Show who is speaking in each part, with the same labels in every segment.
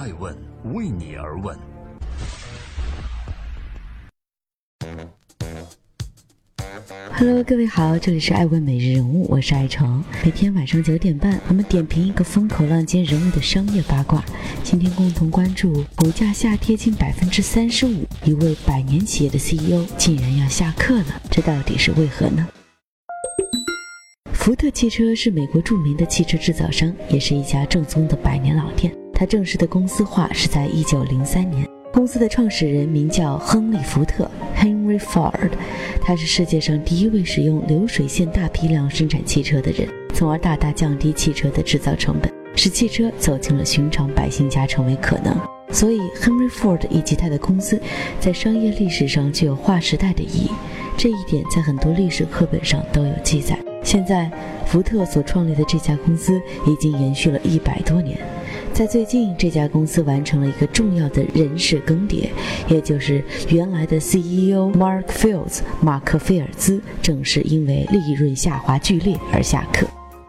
Speaker 1: 爱问为你而问。
Speaker 2: Hello， 各位好，这里是爱问每日人物，我是爱成。每天晚上9点半，我们点评一个风口浪尖人物的商业八卦。今天共同关注股价下跌近35%，一位100年企业的 CEO 竟然要下课了，这到底是为何呢？福特汽车是美国著名的汽车制造商，也是一家正宗的100年老店。它正式的公司化是在1903年。公司的创始人名叫亨利·福特 Henry Ford， 他是世界上第一位使用流水线大批量生产汽车的人，从而大大降低汽车的制造成本，使汽车走进了寻常百姓家成为可能。所以 Henry Ford 以及他的公司在商业历史上具有划时代的意义，这一点在很多历史课本上都有记载。现在福特所创立的这家公司已经延续了100多年。在最近，这家公司完成了一个重要的人事更迭，也就是原来的 CEO Mark Fields 马克菲尔兹正是因为利润下滑剧烈而下课。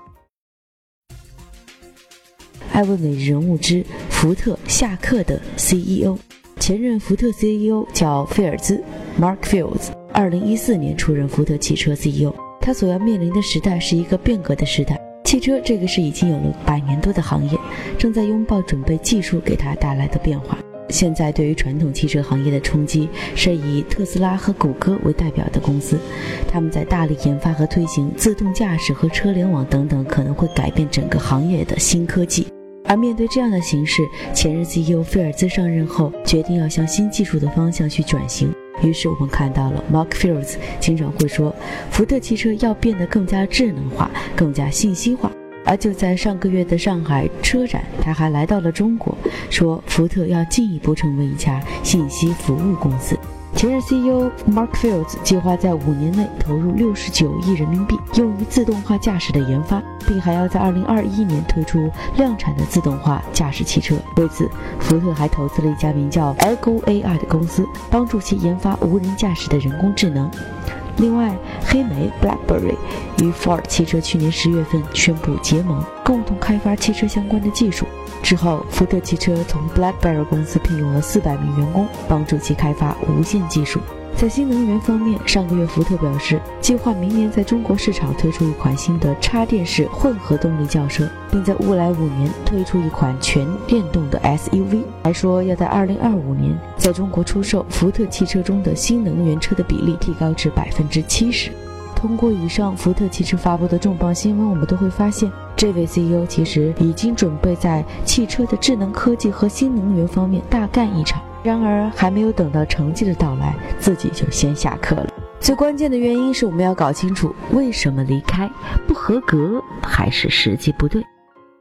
Speaker 2: 爱问每日人物之福特下课的 CEO。 前任福特 CEO 叫菲尔兹 Mark Fields， 2014年出任福特汽车 CEO。 他所要面临的时代是一个变革的时代，汽车这个是已经有了100年多的行业，正在拥抱准备技术给它带来的变化。现在对于传统汽车行业的冲击是以特斯拉和谷歌为代表的公司，他们在大力研发和推行自动驾驶和车联网等等可能会改变整个行业的新科技。而面对这样的形势，前任 CEO 菲尔兹上任后决定要向新技术的方向去转型。于是我们看到了 Mark Fields 经常会说福特汽车要变得更加智能化，更加信息化。而就在上个月的上海车展，他还来到了中国，说福特要进一步成为一家信息服务公司。前任 CEO Mark Fields 计划在5年内投入69亿人民币用于自动化驾驶的研发，并还要在2021年推出量产的自动化驾驶汽车。为此，福特还投资了一家名叫 Ego AI 的公司，帮助其研发无人驾驶的人工智能。另外，黑莓 BlackBerry 与 Ford 汽车去年10月份宣布结盟，共同开发汽车相关的技术。之后，福特汽车从 BlackBerry 公司聘用了400名员工，帮助其开发无线技术。在新能源方面，上个月福特表示，计划明年在中国市场推出一款新的插电式混合动力轿车，并在未来5年推出一款全电动的 SUV。还说要在2025年在中国出售福特汽车中的新能源车的比例提高至70%。通过以上福特汽车发布的重磅新闻，我们都会发现，这位 CEO 其实已经准备在汽车的智能科技和新能源方面大干一场。然而还没有等到成绩的到来，自己就先下课了。最关键的原因是我们要搞清楚为什么离开，不合格还是时机不对。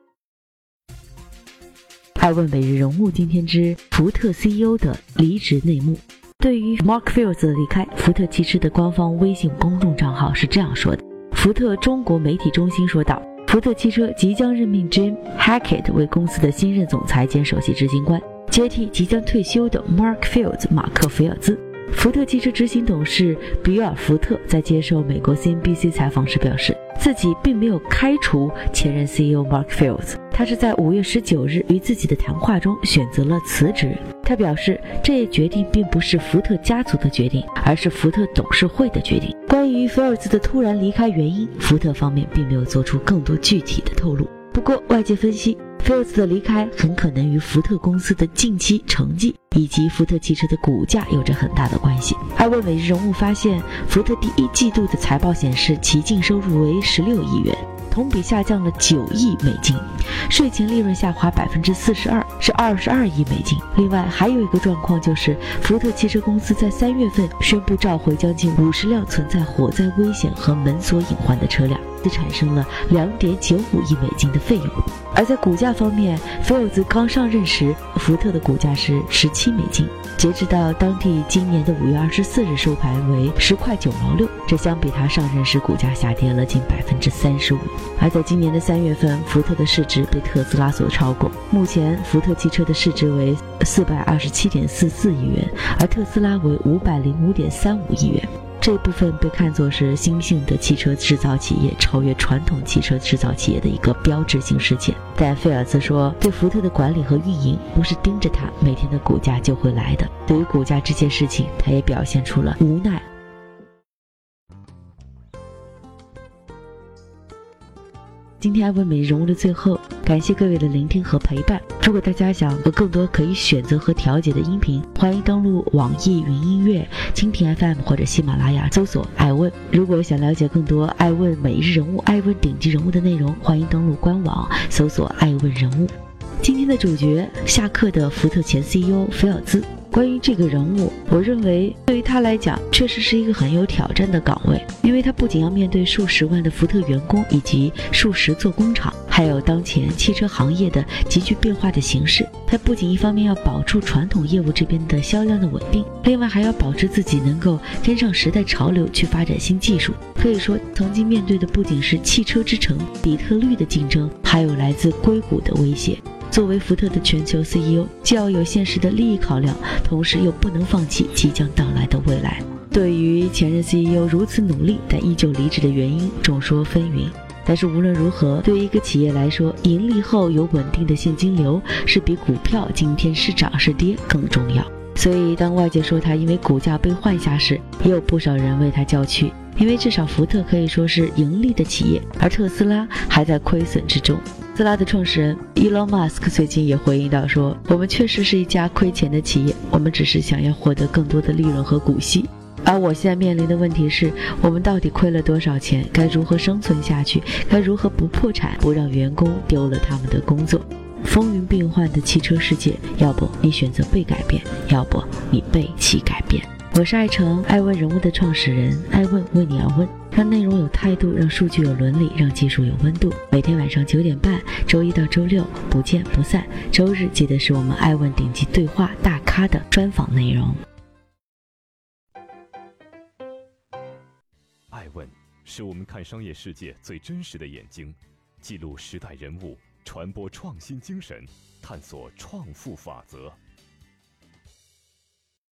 Speaker 2: 爱问每日人物今天之福特 CEO 的离职内幕。对于 Mark Fields 的离开，福特汽车的官方微信公众账号是这样说的。福特中国媒体中心说道，福特汽车即将任命 Jim Hackett 为公司的新任总裁兼首席执行官，接替即将退休的 Mark Fields 马克菲尔兹。福特汽车执行董事比尔·福特在接受美国 CNBC 采访时表示，自己并没有开除前任 CEO Mark Fields， 他是在5月19日与自己的谈话中选择了辞职。他表示，这一决定并不是福特家族的决定，而是福特董事会的决定。关于菲尔兹的突然离开原因，福特方面并没有做出更多具体的透露。不过外界分析，菲尔兹的离开很可能与福特公司的近期成绩以及福特汽车的股价有着很大的关系。爱问每日人物发现，福特第1季度的财报显示其净收入为16亿元，同比下降了9亿美金，税前利润下滑42%，是22亿美金。另外还有一个状况就是，福特汽车公司在3月份宣布召回将近50辆存在火灾危险和门锁隐患的车辆，产生了2.95亿美金的费用。而在股价方面，菲尔兹刚上任时，福特的股价是17美金，截止到当地今年的5月24日收盘为10块9毛6，这相比他上任时股价下跌了近35%。而在今年的3月份，福特的市值被特斯拉所超过，目前福特汽车的市值为427.44亿元，而特斯拉为505.35亿元。 这一部分被看作是新兴的汽车制造企业超越传统汽车制造企业的一个标志性事件。但菲尔兹说，对福特的管理和运营不是盯着它每天的股价就会来的。对于股价这件事情，他也表现出了无奈。今天艾问每日人物的最后，感谢各位的聆听和陪伴。如果大家想有更多可以选择和调节的音频，欢迎登录网易云音乐、蜻蜓 FM 或者喜马拉雅搜索艾问。如果想了解更多艾问每日人物、艾问顶级人物的内容，欢迎登录官网搜索艾问人物。今天的主角，下课的福特前 CEO 菲尔兹。关于这个人物，我认为对于他来讲确实是一个很有挑战的岗位，因为他不仅要面对数十万的福特员工以及数十座工厂，还有当前汽车行业的急剧变化的形势。他不仅一方面要保住传统业务这边的销量的稳定，另外还要保持自己能够跟上时代潮流去发展新技术。可以说曾经面对的不仅是汽车之城底特律的竞争，还有来自硅谷的威胁。作为福特的全球 CEO， 既要有现实的利益考量，同时又不能放弃即将到来的未来。对于前任 CEO 如此努力但依旧离职的原因，众说纷纭。但是无论如何，对于一个企业来说，盈利后有稳定的现金流是比股票今天是涨是跌更重要。所以当外界说他因为股价被换下时，也有不少人为他叫屈，因为至少福特可以说是盈利的企业，而特斯拉还在亏损之中。特斯拉的创始人 Elon Musk 最近也回应到说，我们确实是一家亏钱的企业，我们只是想要获得更多的利润和股息。而我现在面临的问题是，我们到底亏了多少钱，该如何生存下去，该如何不破产，不让员工丢了他们的工作。风云变幻的汽车世界，要不你选择被改变，要不你被其改变。我是爱成，爱问人物的创始人，爱问为你而问，让内容有态度，让数据有伦理，让技术有温度。每天晚上9点半，周一到周六不见不散。周日记得是我们爱问顶级对话大咖的专访内容。
Speaker 1: 爱问是我们看商业世界最真实的眼睛，记录时代人物，传播创新精神，探索创富法则。